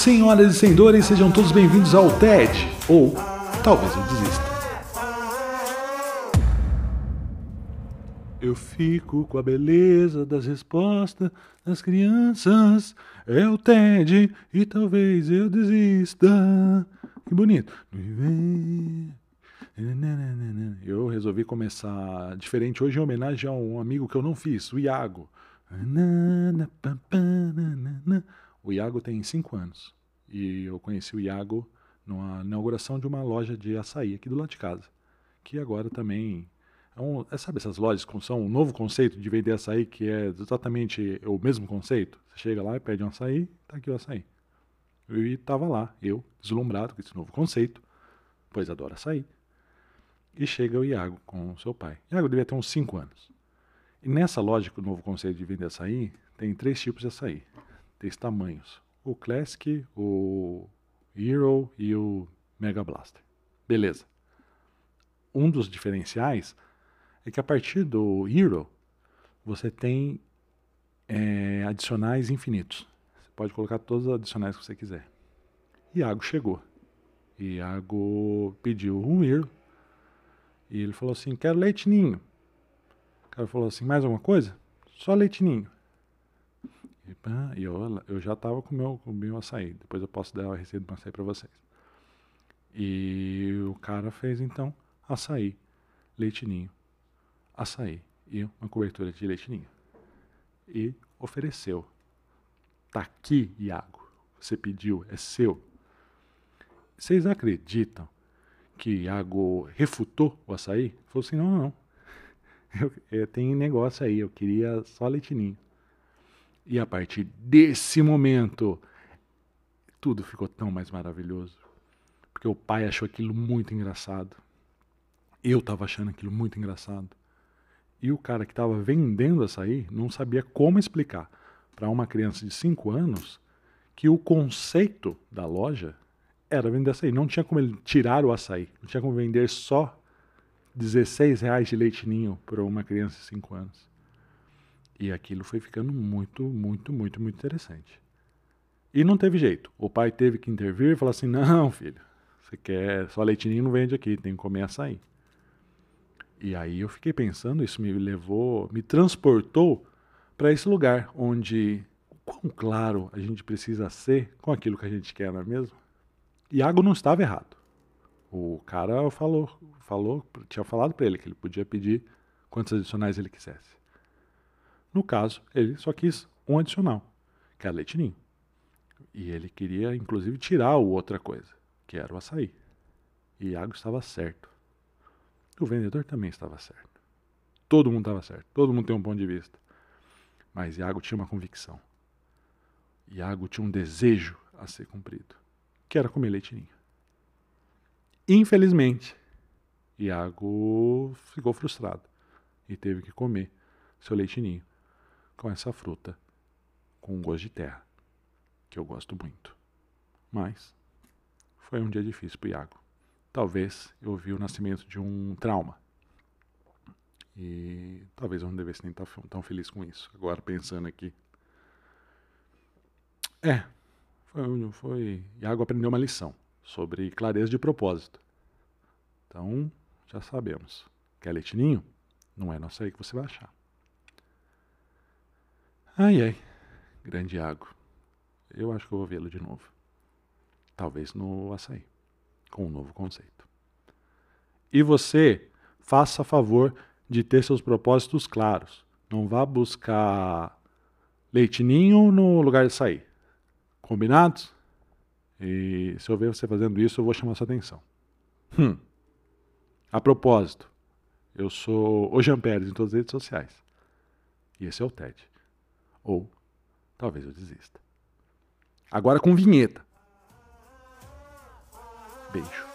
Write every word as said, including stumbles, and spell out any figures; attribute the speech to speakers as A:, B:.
A: Senhoras e senhores, sejam todos bem-vindos ao T E D, ou talvez eu desista. Eu fico com a beleza das respostas das crianças, é o T E D e talvez eu desista. Que bonito. Eu resolvi começar diferente hoje em homenagem a um amigo que eu não fiz, o Iago. O Iago tem cinco anos e eu conheci o Iago numa inauguração de uma loja de açaí aqui do lado de casa, que agora também é um, é, sabe essas lojas que são um novo conceito de vender açaí, que é exatamente o mesmo conceito? Você chega lá e pede um açaí, tá aqui o açaí. E tava lá, eu, deslumbrado com esse novo conceito, pois adoro açaí. E chega o Iago com o seu pai. Iago devia ter uns cinco anos. E nessa loja, com o novo conceito de vender açaí, tem três tipos de açaí. Três tamanhos. O Classic, o Hero e o Mega Blaster. Beleza. Um dos diferenciais é que a partir do Hero, você tem é, adicionais infinitos. Você pode colocar todos os adicionais que você quiser. Iago chegou. Iago pediu um Hero. E ele falou assim, quero leite ninho. O cara falou assim, mais alguma coisa? Só leite ninho. E, pá, e eu, eu já estava com o meu, com o meu açaí. Depois eu posso dar a receita do açaí para vocês. E o cara fez então açaí, leite ninho, açaí e uma cobertura de leite ninho. E ofereceu. Tá aqui, Iago. Você pediu, é seu. Vocês acreditam que Iago refutou o açaí? Falou assim, não, não. Eu, eu tenho negócio aí, eu queria só leite ninho. E a partir desse momento, tudo ficou tão mais maravilhoso. Porque o pai achou aquilo muito engraçado. Eu estava achando aquilo muito engraçado. E o cara que estava vendendo açaí não sabia como explicar para uma criança de cinco anos que o conceito da loja era vender açaí. Não tinha como ele tirar o açaí. Não tinha como vender só dezesseis reais de leite ninho para uma criança de cinco anos. E aquilo foi ficando muito, muito, muito, muito interessante. E não teve jeito. O pai teve que intervir e falar assim, não, filho, você quer só leite ninho, não vende aqui, tem que comer açaí. E aí eu fiquei pensando, isso me levou, me transportou para esse lugar onde, quão claro a gente precisa ser com aquilo que a gente quer, não é mesmo? Iago não estava errado. O cara falou, falou, tinha falado para ele que ele podia pedir quantos adicionais ele quisesse. No caso, ele só quis um adicional, que era leite ninho. E ele queria, inclusive, tirar o outra coisa, que era o açaí. E Iago estava certo. O vendedor também estava certo. Todo mundo estava certo. Todo mundo tem um ponto de vista. Mas Iago tinha uma convicção. Iago tinha um desejo a ser cumprido, que era comer leite ninho. Infelizmente, Iago ficou frustrado e teve que comer seu leite ninho com essa fruta com gosto de terra, que eu gosto muito. Mas foi um dia difícil para o Iago. Talvez eu vi o nascimento de um trauma. E talvez eu não devesse nem estar tão feliz com isso. Agora pensando aqui. É, foi, foi... Iago aprendeu uma lição sobre clareza de propósito. Então, já sabemos. Quer leite ninho? Não é no açaí que você vai achar. Ai, ai. Grande Iago. Eu acho que eu vou vê-lo de novo. Talvez no açaí. Com um novo conceito. E você, faça favor de ter seus propósitos claros. Não vá buscar leite ninho no lugar de açaí. Combinados? E se eu ver você fazendo isso, eu vou chamar sua atenção. Hum. A propósito, eu sou o Jean Pérez em todas as redes sociais. E esse é o T E D. Ou talvez eu desista. Agora com vinheta. Beijo.